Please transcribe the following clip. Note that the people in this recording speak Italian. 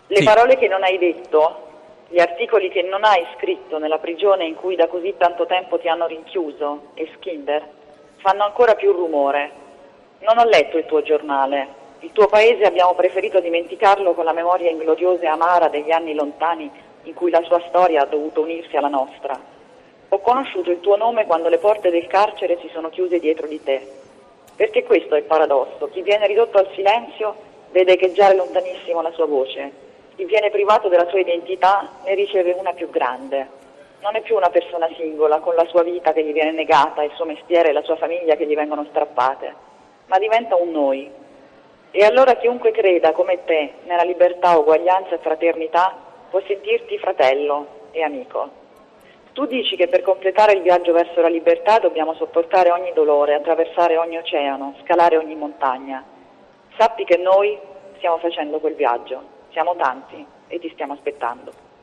Le Sì. parole che non hai detto, gli articoli che non hai scritto nella prigione in cui da così tanto tempo ti hanno rinchiuso, Eskinder, fanno ancora più rumore. Non ho letto il tuo giornale. Il tuo paese abbiamo preferito dimenticarlo con la memoria ingloriosa e amara degli anni lontani in cui la sua storia ha dovuto unirsi alla nostra. Ho conosciuto il tuo nome quando le porte del carcere si sono chiuse dietro di te. Perché questo è il paradosso. Chi viene ridotto al silenzio vede echeggiare lontanissimo la sua voce. Chi viene privato della sua identità ne riceve una più grande. Non è più una persona singola con la sua vita che gli viene negata, il suo mestiere e la sua famiglia che gli vengono strappate, ma diventa un noi. E allora chiunque creda, come te, nella libertà, uguaglianza e fraternità, può sentirti fratello e amico. Tu dici che per completare il viaggio verso la libertà dobbiamo sopportare ogni dolore, attraversare ogni oceano, scalare ogni montagna. Sappi che noi stiamo facendo quel viaggio, siamo tanti e ti stiamo aspettando.